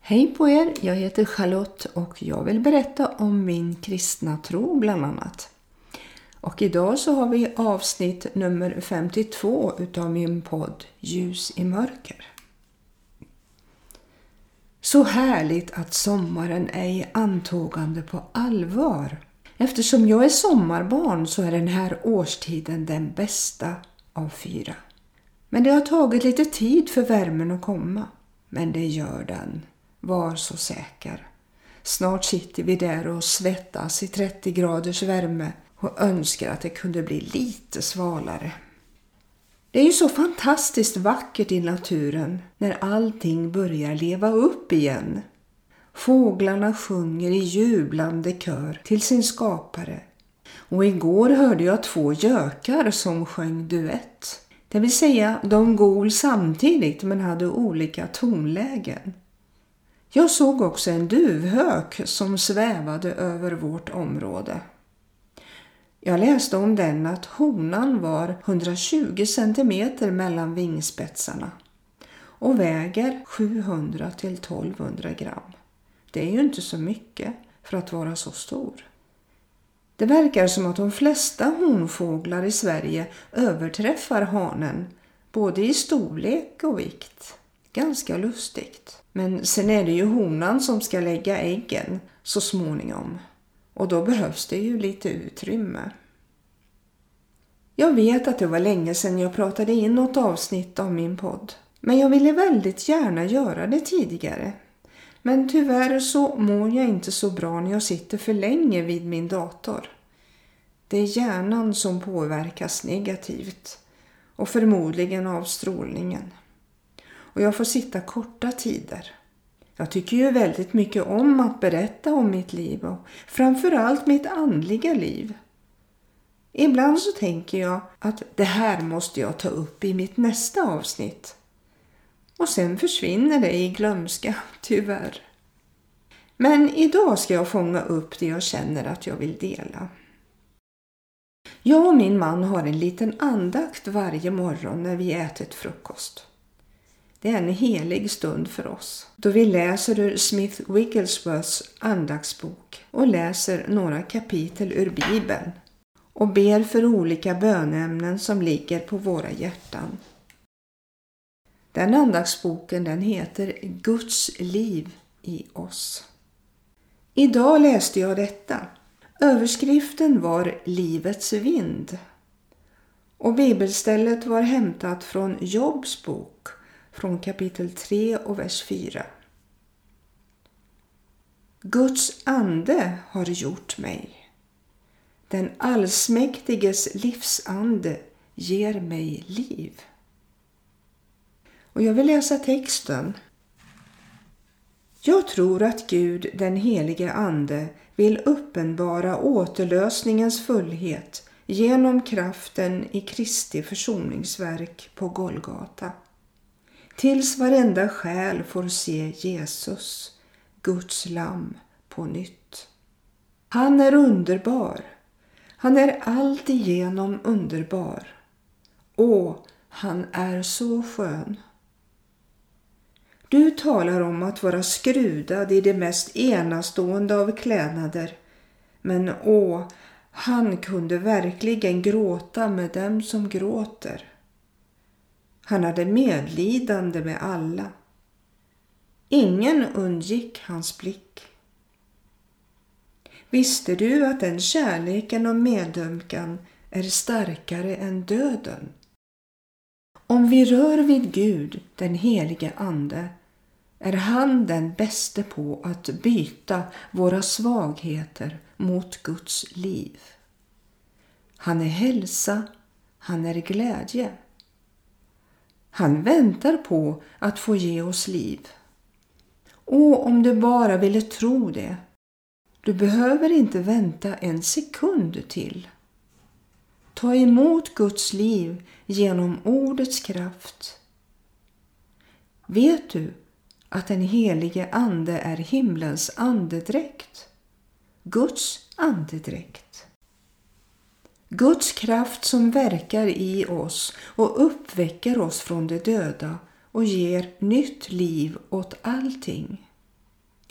Hej på er, jag heter Charlotte och jag vill berätta om min kristna tro bland annat. Och idag så har vi avsnitt nummer 52 utav min podd Ljus i mörker. Så härligt att sommaren är i antågande på allvar. Eftersom jag är sommarbarn så är den här årstiden den bästa av 4. Men det har tagit lite tid för värmen att komma. Men det gör den. Var så säker. Snart sitter vi där och svettas i 30 graders värme och önskar att det kunde bli lite svalare. Det är ju så fantastiskt vackert i naturen när allting börjar leva upp igen. Fåglarna sjunger i jublande kör till sin skapare. Och igår hörde jag 2 gökar som sjöng duett. Det vill säga de gol samtidigt men hade olika tonlägen. Jag såg också en duvhök som svävade över vårt område. Jag läste om den att honan var 120 cm mellan vingspetsarna och väger 700 till 1200 gram. Det är ju inte så mycket för att vara så stor. Det verkar som att de flesta honfåglar i Sverige överträffar hanen både i storlek och vikt. Ganska lustigt. Men sen är det ju honan som ska lägga äggen så småningom. Och då behövs det ju lite utrymme. Jag vet att det var länge sedan jag pratade in något avsnitt av min podd. Men jag ville väldigt gärna göra det tidigare. Men tyvärr så mår jag inte så bra när jag sitter för länge vid min dator. Det är hjärnan som påverkas negativt. Och förmodligen av strålningen. Och jag får sitta korta tider. Jag tycker ju väldigt mycket om att berätta om mitt liv och framförallt mitt andliga liv. Ibland så tänker jag att det här måste jag ta upp i mitt nästa avsnitt. Och sen försvinner det i glömska, tyvärr. Men idag ska jag fånga upp det jag känner att jag vill dela. Jag och min man har en liten andakt varje morgon när vi ätit frukost. Det är en helig stund för oss, då vi läser ur Smith Wigglesworths andaktsbok och läser några kapitel ur Bibeln och ber för olika bönämnen som ligger på våra hjärtan. Den andaktsboken den heter Guds liv i oss. Idag läste jag detta. Överskriften var Livets vind och bibelstället var hämtat från Jobs bok. Från kapitel 3 och vers 4. Guds ande har gjort mig. Den allsmäktiges livsande ger mig liv. Och jag vill läsa texten. Jag tror att Gud, den helige ande, vill uppenbara återlösningens fullhet genom kraften i Kristi försoningsverk på Golgata. Tills varenda själ får se Jesus, Guds lamm, på nytt. Han är underbar. Han är alltigenom underbar. Han är så skön. Du talar om att vara skrudad i det mest enastående av klädnader. Men han kunde verkligen gråta med dem som gråter. Han hade medlidande med alla. Ingen undgick hans blick. Visste du att den kärleken och medömkan är starkare än döden? Om vi rör vid Gud, den helige ande, är han den bäste på att byta våra svagheter mot Guds liv. Han är hälsa, han är glädje. Han väntar på att få ge oss liv. Om du bara ville tro det. Du behöver inte vänta en sekund till. Ta emot Guds liv genom ordets kraft. Vet du att den helige ande är himlens andedräkt? Guds andedräkt. Guds kraft som verkar i oss och uppväcker oss från de döda och ger nytt liv åt allting.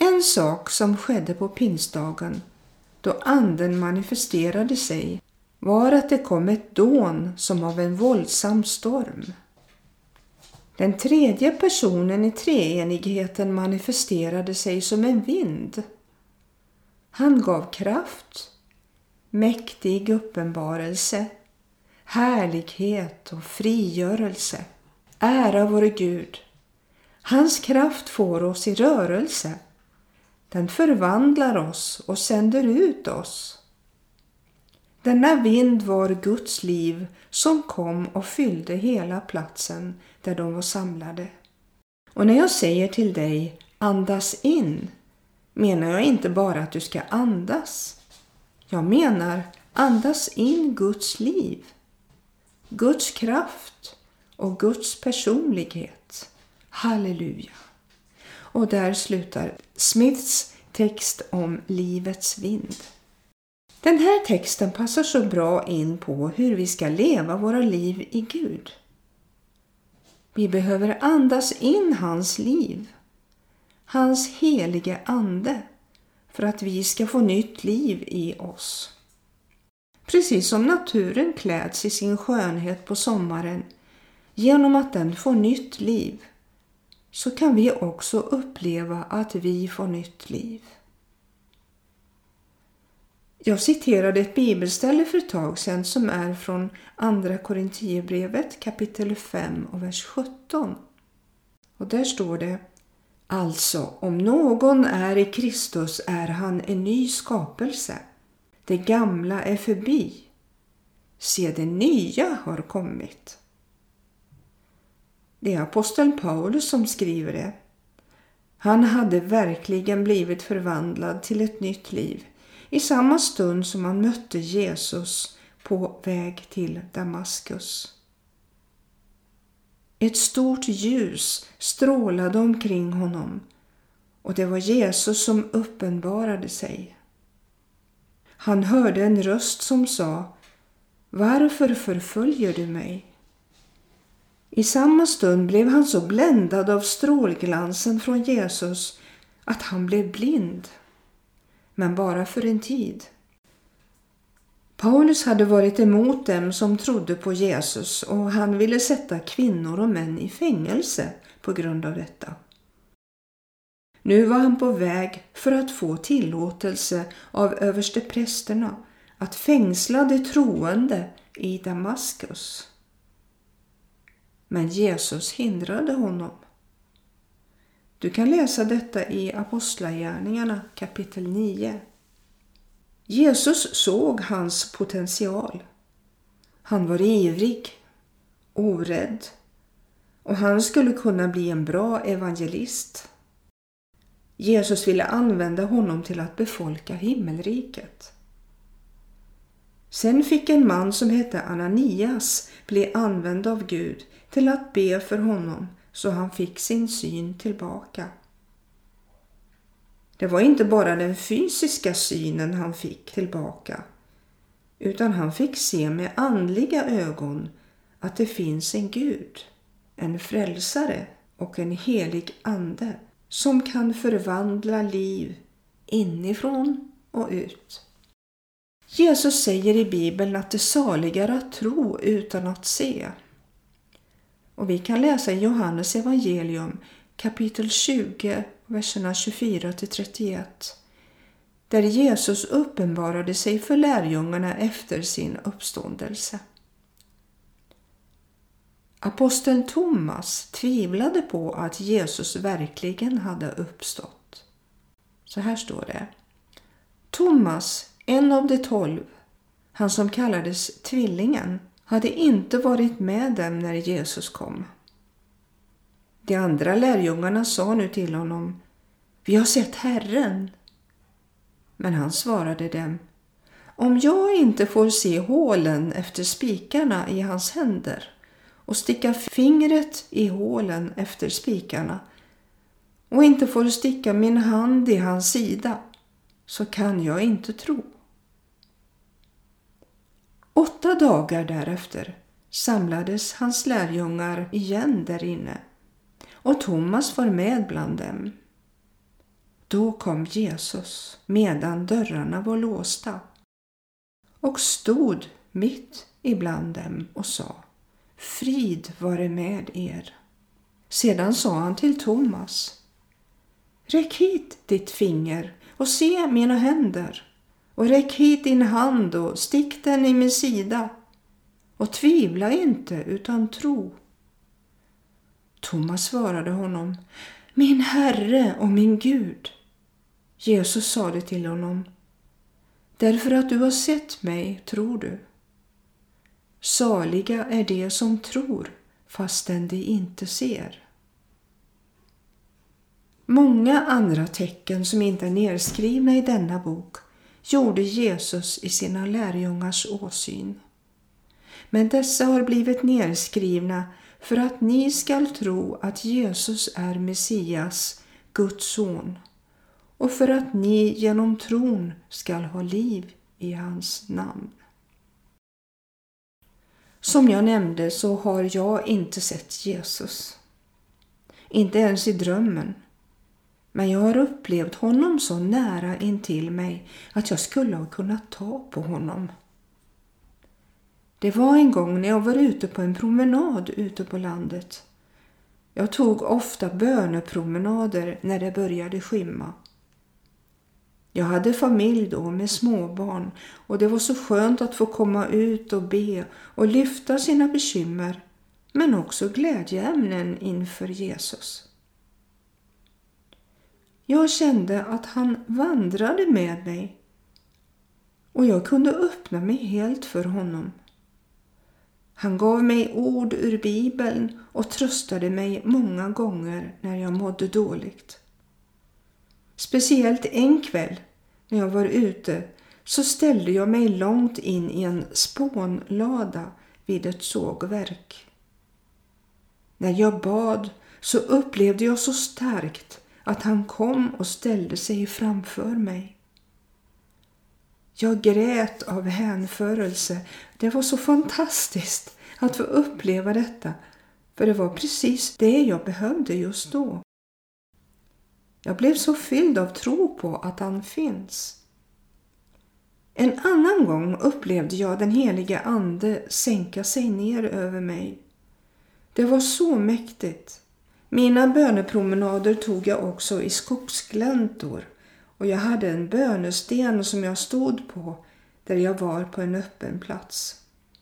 En sak som skedde på pingstdagen, då anden manifesterade sig, var att det kom ett dån som av en våldsam storm. Den tredje personen i treenigheten manifesterade sig som en vind. Han gav kraft, mäktig uppenbarelse, härlighet och frigörelse. Ära vare Gud. Hans kraft får oss i rörelse. Den förvandlar oss och sänder ut oss. Denna vind var Guds liv som kom och fyllde hela platsen där de var samlade. Och när jag säger till dig, andas in, menar jag inte bara att du ska andas. Jag menar, andas in Guds liv, Guds kraft och Guds personlighet. Halleluja. Och där slutar Smiths text om livets vind. Den här texten passar så bra in på hur vi ska leva våra liv i Gud. Vi behöver andas in hans liv, hans helige ande, för att vi ska få nytt liv i oss. Precis som naturen kläds i sin skönhet på sommaren genom att den får nytt liv, så kan vi också uppleva att vi får nytt liv. Jag citerade ett bibelställe för ett tag sedan som är från Andra Korintierbrevet kapitel 5 och vers 17. Och där står det: alltså, om någon är i Kristus är han en ny skapelse. Det gamla är förbi. Se, det nya har kommit. Det är aposteln Paulus som skriver det. Han hade verkligen blivit förvandlad till ett nytt liv i samma stund som han mötte Jesus på väg till Damaskus. Ett stort ljus strålade omkring honom och det var Jesus som uppenbarade sig. Han hörde en röst som sa: varför förföljer du mig? I samma stund blev han så bländad av strålglansen från Jesus att han blev blind. Men bara för en tid. Paulus hade varit emot dem som trodde på Jesus och han ville sätta kvinnor och män i fängelse på grund av detta. Nu var han på väg för att få tillåtelse av översteprästerna att fängsla de troende i Damaskus. Men Jesus hindrade honom. Du kan läsa detta i Apostlagärningarna kapitel 9. Jesus såg hans potential. Han var ivrig, orädd och han skulle kunna bli en bra evangelist. Jesus ville använda honom till att befolka himmelriket. Sen fick en man som hette Ananias bli använd av Gud till att be för honom så han fick sin syn tillbaka. Det var inte bara den fysiska synen han fick tillbaka, utan han fick se med andliga ögon att det finns en Gud, en frälsare och en helig ande som kan förvandla liv inifrån och ut. Jesus säger i Bibeln att det saligare att tro utan att se. Och vi kan läsa i Johannes evangelium kapitel 20, verserna 24-31, där Jesus uppenbarade sig för lärjungarna efter sin uppståndelse. Aposteln Thomas tvivlade på att Jesus verkligen hade uppstått. Så här står det: Thomas, en av de 12, han som kallades tvillingen, hade inte varit med dem när Jesus kom. De andra lärjungarna sa nu till honom: vi har sett Herren. Men han svarade dem: om jag inte får se hålen efter spikarna i hans händer och sticka fingret i hålen efter spikarna och inte får sticka min hand i hans sida, så kan jag inte tro. 8 dagar därefter samlades hans lärjungar igen där inne och Thomas var med bland dem. Då kom Jesus medan dörrarna var låsta och stod mitt ibland dem och sa: Frid vare med er. Sedan sa han till Thomas: Räck hit ditt finger och se mina händer, och räck hit din hand och stick den i min sida, och tvivla inte utan tro. Thomas svarade honom: Min Herre och min Gud. Jesus sade till honom: Därför att du har sett mig tror du. Saliga är de som tror fastän de inte ser. Många andra tecken som inte är nedskrivna i denna bok gjorde Jesus i sina lärjungars åsyn. Men dessa har blivit nedskrivna för att ni skall tro att Jesus är Messias, Guds son, och för att ni genom tron skall ha liv i hans namn. Som jag nämnde så har jag inte sett Jesus. Inte ens i drömmen. Men jag har upplevt honom så nära intill mig att jag skulle ha kunnat ta på honom. Det var en gång när jag var ute på en promenad ute på landet. Jag tog ofta bönepromenader när det började skymma. Jag hade familj då med småbarn och det var så skönt att få komma ut och be och lyfta sina bekymmer, men också glädjeämnen inför Jesus. Jag kände att han vandrade med mig och jag kunde öppna mig helt för honom. Han gav mig ord ur Bibeln och tröstade mig många gånger när jag mådde dåligt. Speciellt en kväll när jag var ute så ställde jag mig långt in i en spånlada vid ett sågverk. När jag bad så upplevde jag så starkt att han kom och ställde sig framför mig. Jag grät av hänförelse. Det var så fantastiskt att få uppleva detta, för det var precis det jag behövde just då. Jag blev så fylld av tro på att han finns. En annan gång upplevde jag den heliga ande sänka sig ner över mig. Det var så mäktigt. Mina bönepromenader tog jag också i skogsgläntor och jag hade en bönesten som jag stod på där jag var på en öppen plats.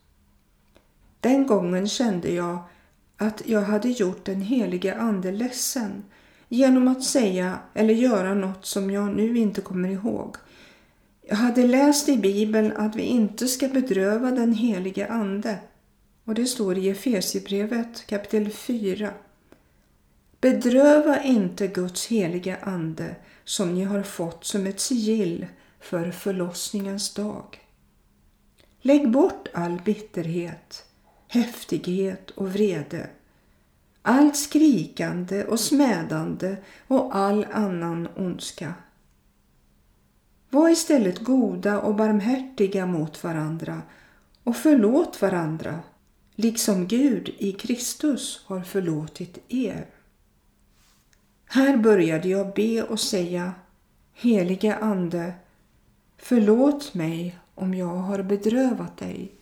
Den gången kände jag att jag hade gjort den heliga ande ledsen genom att säga eller göra något som jag nu inte kommer ihåg. Jag hade läst i Bibeln att vi inte ska bedröva den heliga ande, och det står i Efesierbrevet kapitel 4. Bedröva inte Guds heliga ande som ni har fått som ett sigill för förlossningens dag. Lägg bort all bitterhet, häftighet och vrede, allt skrikande och smädande och all annan ondska. Var istället goda och barmhärtiga mot varandra och förlåt varandra, liksom Gud i Kristus har förlåtit er. Här började jag be och säga: Heliga ande, förlåt mig om jag har bedrövat dig.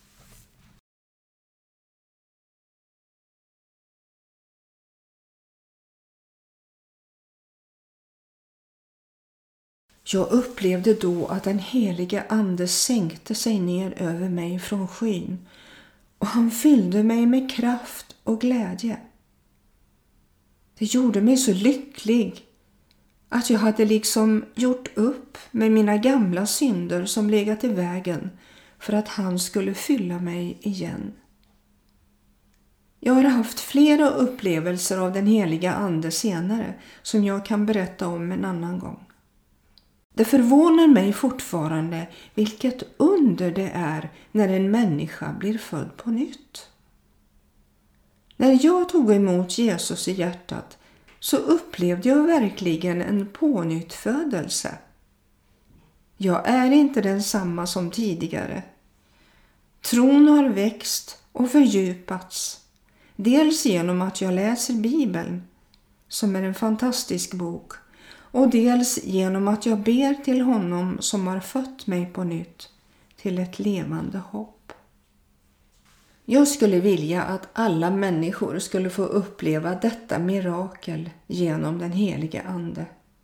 Jag upplevde då att den heliga ande sänkte sig ner över mig från skyn och han fyllde mig med kraft och glädje. Det gjorde mig så lycklig att jag hade liksom gjort upp med mina gamla synder som legat i vägen för att han skulle fylla mig igen. Jag har haft flera upplevelser av den heliga ande senare som jag kan berätta om en annan gång. Det förvånar mig fortfarande vilket under det är när en människa blir född på nytt. När jag tog emot Jesus i hjärtat så upplevde jag verkligen en pånyttfödelse. Jag är inte densamma som tidigare. Tron har växt och fördjupats. Dels genom att jag läser Bibeln, som är en fantastisk bok, och dels genom att jag ber till honom som har fött mig på nytt till ett levande hopp. Jag skulle vilja att alla människor skulle få uppleva detta mirakel genom den helige Ande.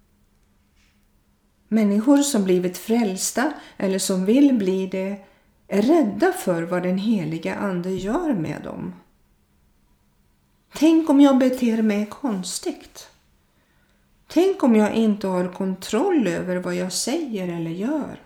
Människor som blivit frälsta eller som vill bli det är rädda för vad den heliga Ande gör med dem. Tänk om jag beter mig konstigt? Tänk om jag inte har kontroll över vad jag säger eller gör?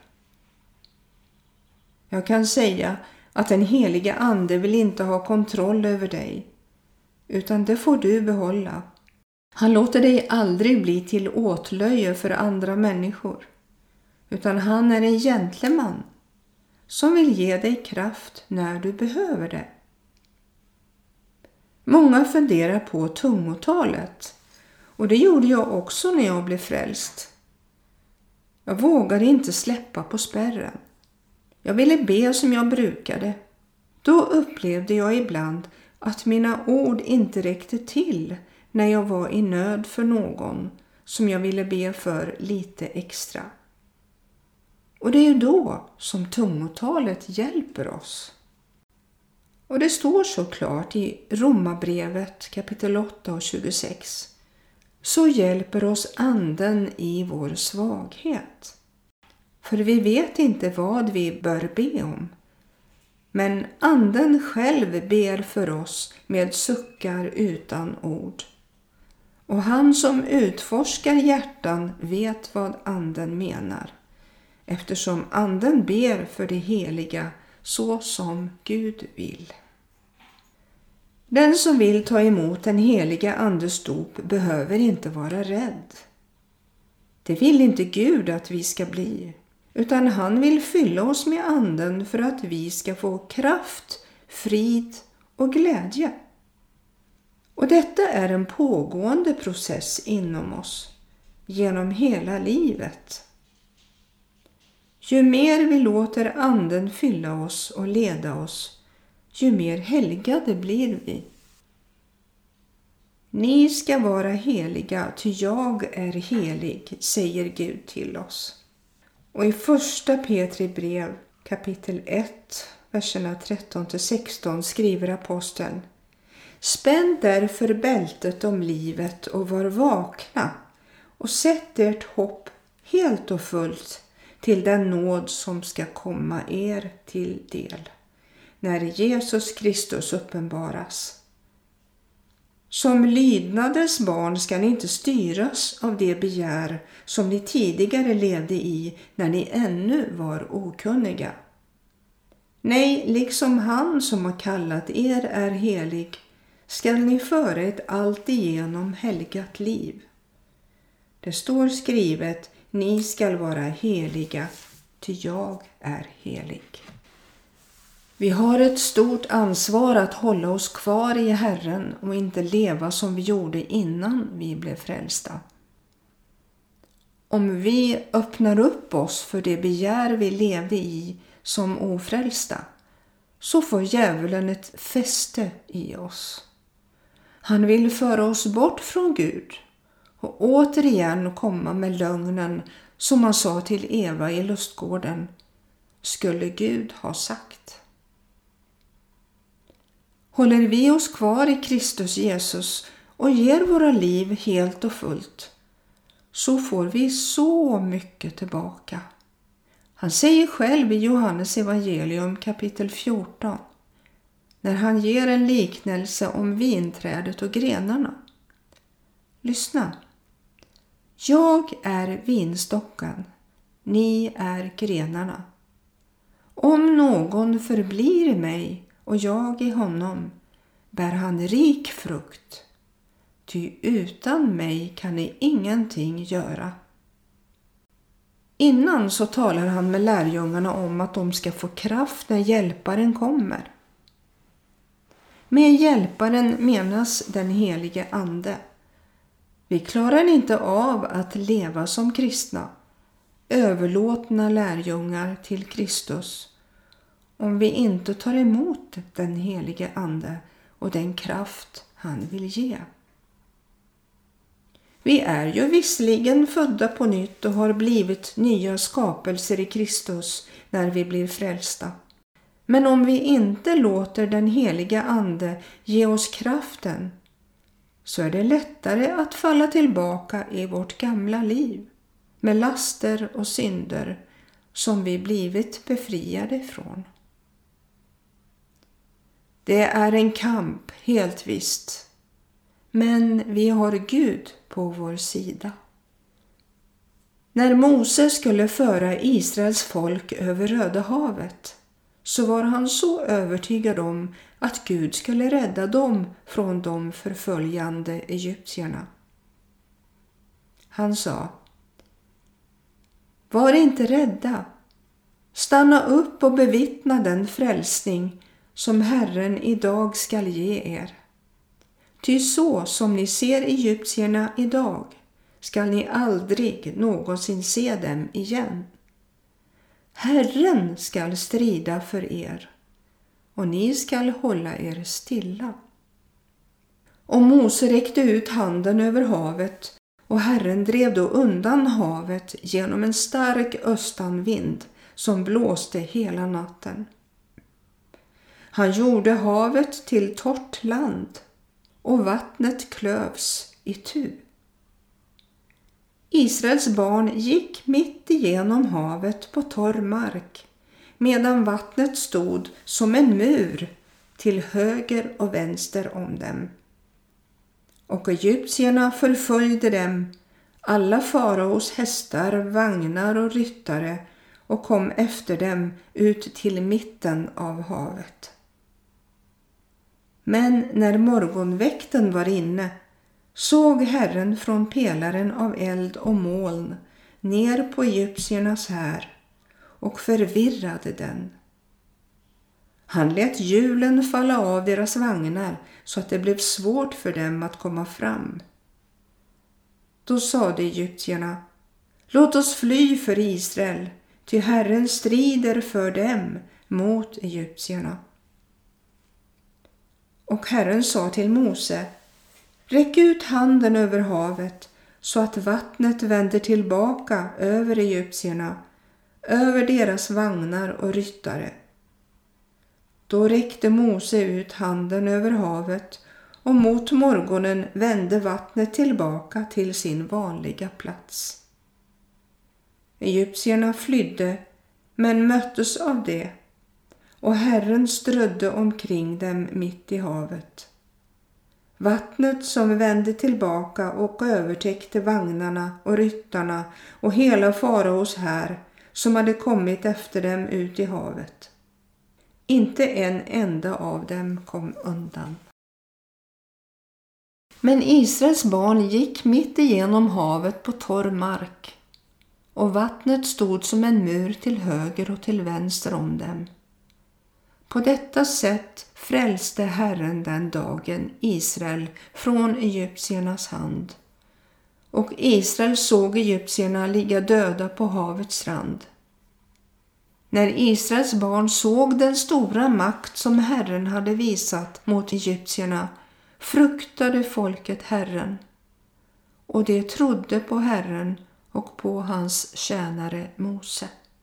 Jag kan säga att den heliga Ande vill inte ha kontroll över dig, utan det får du behålla. Han låter dig aldrig bli till åtlöje för andra människor, utan han är en gentleman som vill ge dig kraft när du behöver det. Många funderar på tungotalet, och det gjorde jag också när jag blev frälst. Jag vågade inte släppa på spärren. Jag ville be som jag brukade. Då upplevde jag ibland att mina ord inte räckte till när jag var i nöd för någon som jag ville be för lite extra. Och det är ju då som tungotalet hjälper oss. Och det står så klart i Romarbrevet kapitel 8 och 26. Så hjälper oss anden i vår svaghet. För vi vet inte vad vi bör be om. Men anden själv ber för oss med suckar utan ord. Och han som utforskar hjärtan vet vad anden menar. Eftersom anden ber för det heliga så som Gud vill. Den som vill ta emot den heliga andes dop behöver inte vara rädd. Det vill inte Gud att vi ska bli, utan han vill fylla oss med anden för att vi ska få kraft, frid och glädje. Och detta är en pågående process inom oss, genom hela livet. Ju mer vi låter anden fylla oss och leda oss, ju mer helgade blir vi. Ni ska vara heliga, ty jag är helig, säger Gud till oss. Och i första Petri brev kapitel 1, verserna 13-16 skriver aposteln: Spänn därför bältet om livet och var vakna och sätt ert hopp helt och fullt till den nåd som ska komma er till del när Jesus Kristus uppenbaras. Som lydnadens barn ska ni inte styras av det begär som ni tidigare levde i när ni ännu var okunniga. Nej, liksom han som har kallat er är helig, ska ni föra ett alltigenom helgat liv. Det står skrivet: ni skall vara heliga, ty jag är helig. Vi har ett stort ansvar att hålla oss kvar i Herren och inte leva som vi gjorde innan vi blev frälsta. Om vi öppnar upp oss för det begär vi levde i som ofrälsta, så får djävulen ett fäste i oss. Han vill föra oss bort från Gud och återigen komma med lögnen som han sa till Eva i lustgården: skulle Gud ha sagt. Håller vi oss kvar i Kristus Jesus och ger våra liv helt och fullt, så får vi så mycket tillbaka. Han säger själv i Johannes evangelium kapitel 14, när han ger en liknelse om vinträdet och grenarna. Lyssna. Jag är vinstocken, ni är grenarna. Om någon förblir i mig och jag i honom, bär han rik frukt. Ty utan mig kan ni ingenting göra. Innan så talar han med lärjungarna om att de ska få kraft när hjälparen kommer. Med hjälparen menas den helige ande. Vi klarar inte av att leva som kristna, överlåtna lärjungar till Kristus, om vi inte tar emot den helige ande och den kraft han vill ge. Vi är ju visserligen födda på nytt och har blivit nya skapelser i Kristus när vi blir frälsta. Men om vi inte låter den heliga ande ge oss kraften, så är det lättare att falla tillbaka i vårt gamla liv med laster och synder som vi blivit befriade ifrån. Det är en kamp, helt visst, men vi har Gud på vår sida. När Mose skulle föra Israels folk över Röda havet, så var han så övertygad om att Gud skulle rädda dem från de förföljande egyptierna. Han sa: var inte rädda, stanna upp och bevittna den frälsning som Herren idag skall ge er. Ty så som ni ser egyptierna idag skall ni aldrig någonsin se dem igen. Herren skall strida för er, och ni skall hålla er stilla. Och Mose räckte ut handen över havet, och Herren drev då undan havet genom en stark östanvind som blåste hela natten. Han gjorde havet till torrt land, och vattnet klövs itu. Israels barn gick mitt igenom havet på torr mark, medan vattnet stod som en mur till höger och vänster om dem. Och egyptierna förföljde dem, alla faraos hästar, vagnar och ryttare, och kom efter dem ut till mitten av havet. Men när morgonväkten var inne, såg Herren från pelaren av eld och moln ner på egyptiernas här och förvirrade den. Han lät hjulen falla av deras vagnar så att det blev svårt för dem att komma fram. Då sade egyptierna: låt oss fly för Israel, ty Herren strider för dem mot egyptierna. Och Herren sa till Mose: räck ut handen över havet så att vattnet vänder tillbaka över egyptierna, över deras vagnar och ryttare. Då räckte Mose ut handen över havet, och mot morgonen vände vattnet tillbaka till sin vanliga plats. Egyptierna flydde, men möttes av det, och Herren strödde omkring dem mitt i havet. Vattnet som vände tillbaka och övertäckte vagnarna och ryttarna och hela faraos här som hade kommit efter dem ut i havet. Inte en enda av dem kom undan. Men Israels barn gick mitt igenom havet på torr mark, och vattnet stod som en mur till höger och till vänster om dem. På detta sätt frälste Herren den dagen Israel från egyptiernas hand. Och Israel såg egyptierna ligga döda på havets rand. När Israels barn såg den stora makt som Herren hade visat mot egyptierna, fruktade folket Herren, och de trodde på Herren och på hans tjänare Mose.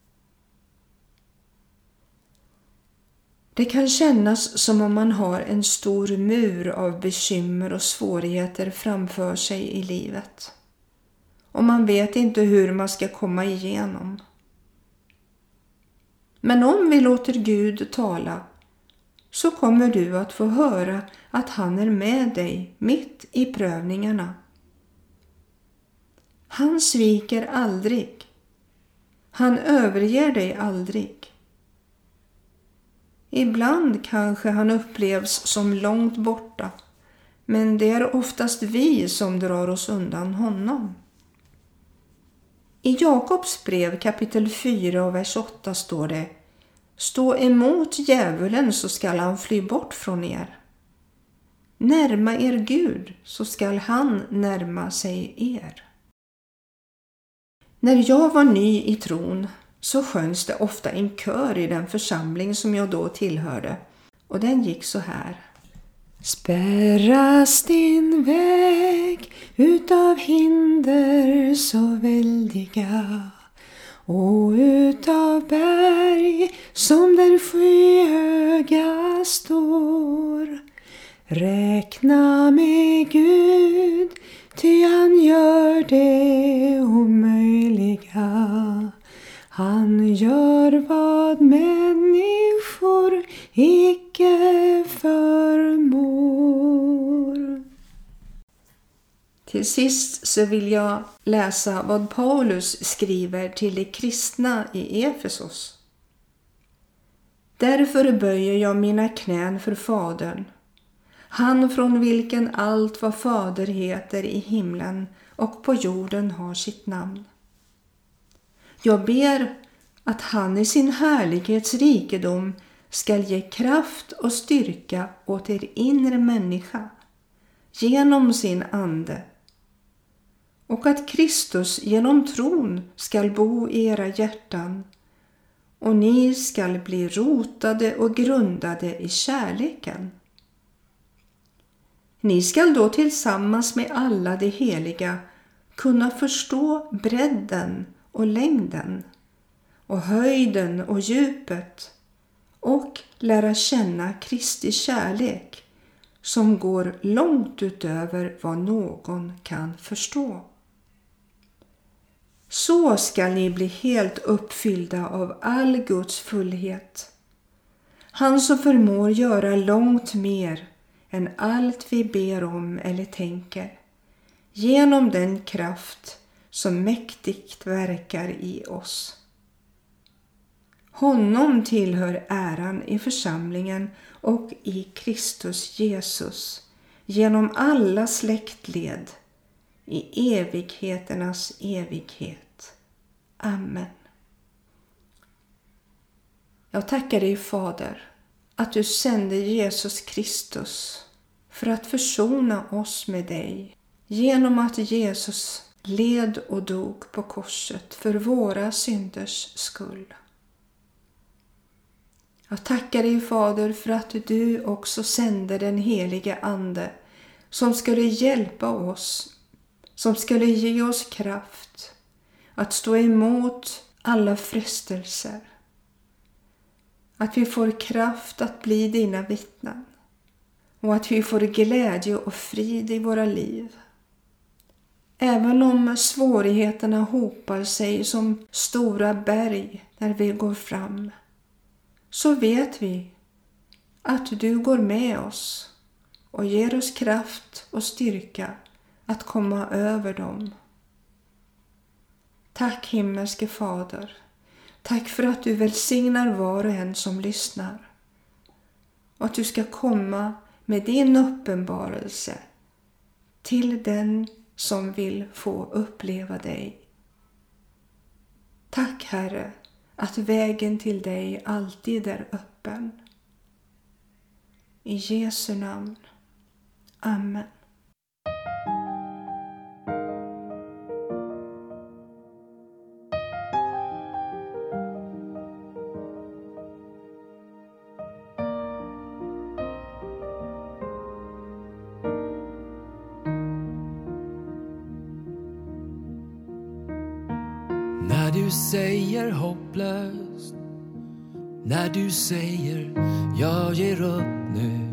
Det kan kännas som om man har en stor mur av bekymmer och svårigheter framför sig i livet, och man vet inte hur man ska komma igenom. Men om vi låter Gud tala, så kommer du att få höra att han är med dig mitt i prövningarna. Han sviker aldrig. Han överger dig aldrig. Ibland kanske han upplevs som långt borta, men det är oftast vi som drar oss undan honom. I Jakobs brev kapitel 4 och vers 8 står det: stå emot djävulen så skall han fly bort från er. Närma er Gud så skall han närma sig er. När jag var ny i tron så sjöngs det ofta en kör i den församling som jag då tillhörde, och den gick så här: spärras din väg ut utav hinder så väldiga och utav berg som där skyhöga står. Räkna med Gud, ty han gör det omöjliga. Han gör vad människor icke förmår. Till sist så vill jag läsa vad Paulus skriver till de kristna i Efesos. Därför böjer jag mina knän för Fadern, han från vilken allt vad fader heter i himlen och på jorden har sitt namn. Jag ber att han i sin härlighets rikedom skall ge kraft och styrka åt er inre människa genom sin ande, och att Kristus genom tron skall bo i era hjärtan och ni skall bli rotade och grundade i kärleken. Ni skall då tillsammans med alla de heliga kunna förstå bredden och längden och höjden och djupet och lära känna Kristi kärlek som går långt utöver vad någon kan förstå. Så skall ni bli helt uppfyllda av all Guds fullhet. Han som förmår göra långt mer än allt vi ber om eller tänker, genom den kraft som mäktigt verkar i oss. Honom tillhör äran i församlingen och i Kristus Jesus genom alla släktled i evigheternas evighet. Amen. Jag tackar dig, Fader, att du sände Jesus Kristus för att försona oss med dig genom att Jesus led och dog på korset för våra synders skull. Jag tackar dig, Fader, för att du också sände den helige Ande som skulle hjälpa oss, som skulle ge oss kraft att stå emot alla frestelser. Att vi får kraft att bli dina vittnen och att vi får glädje och frid i våra liv. Även om svårigheterna hopar sig som stora berg när vi går fram, så vet vi att du går med oss och ger oss kraft och styrka att komma över dem. Tack, himmelske Fader. Tack för att du välsignar var och en som lyssnar. Och att du ska komma med din uppenbarelse till den som vill få uppleva dig. Tack, Herre, att vägen till dig alltid är öppen. I Jesu namn. Amen. När du säger hopplöst, när du säger jag ger upp nu,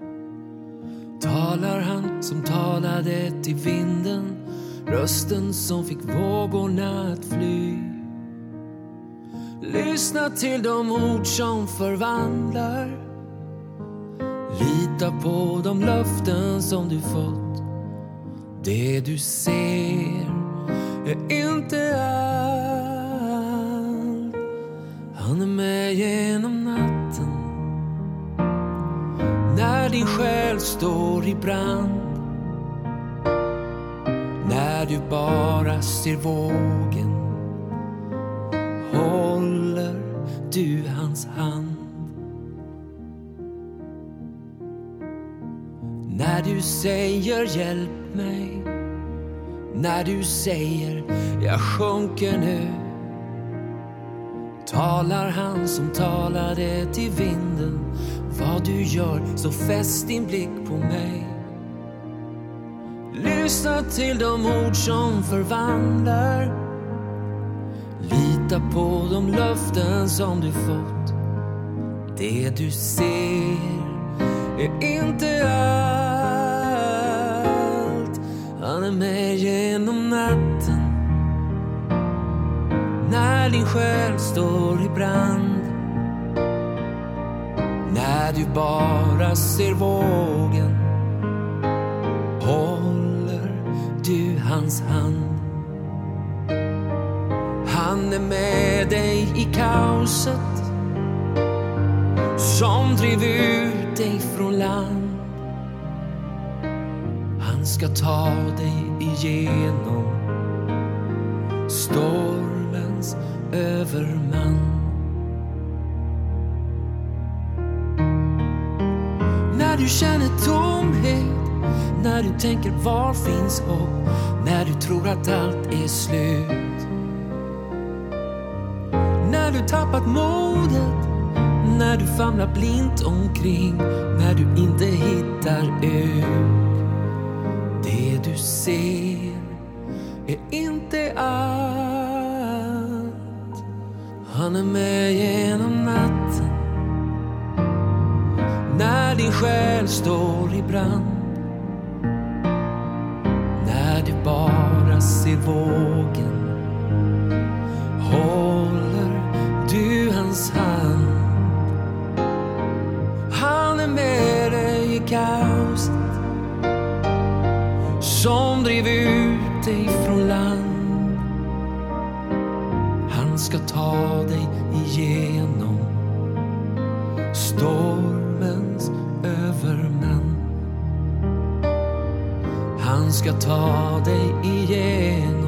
talar han som talade till vinden, rösten som fick vågorna att fly. Lyssna till de ord som förvandlar, lita på de löften som du fått. Det du ser är inte allt. Han är med genom natten, när din själ står i brand, när du bara ser vågen, håller du hans hand. När du säger hjälp mig, när du säger jag sjunker nu, talar han som talade till vinden. Vad du gör, så fäst din blick på mig. Lyssna till de ord som förvandlar. Lita på de löften som du fått. Det du ser är inte allt. Han är med genom natten. När din själ står i brand. När du bara ser vågen. Håller du hans hand. Han är med dig i kaoset som drev ut dig från land. Han ska ta dig igenom stormens överman. När du känner tomhet, när du tänker var finns hopp, när du tror att allt är slut, när du tappat modet, när du famlar blint omkring, när du inte hittar ut. Det du ser är inte allt. Han är med genom natten. När din själ står i brand. När du bara ser vågen. Håller du hans hand. Han är med dig i kaoset som drev ut dig från land. Han ska ta dig igenom stormens överman. Han ska ta dig igenom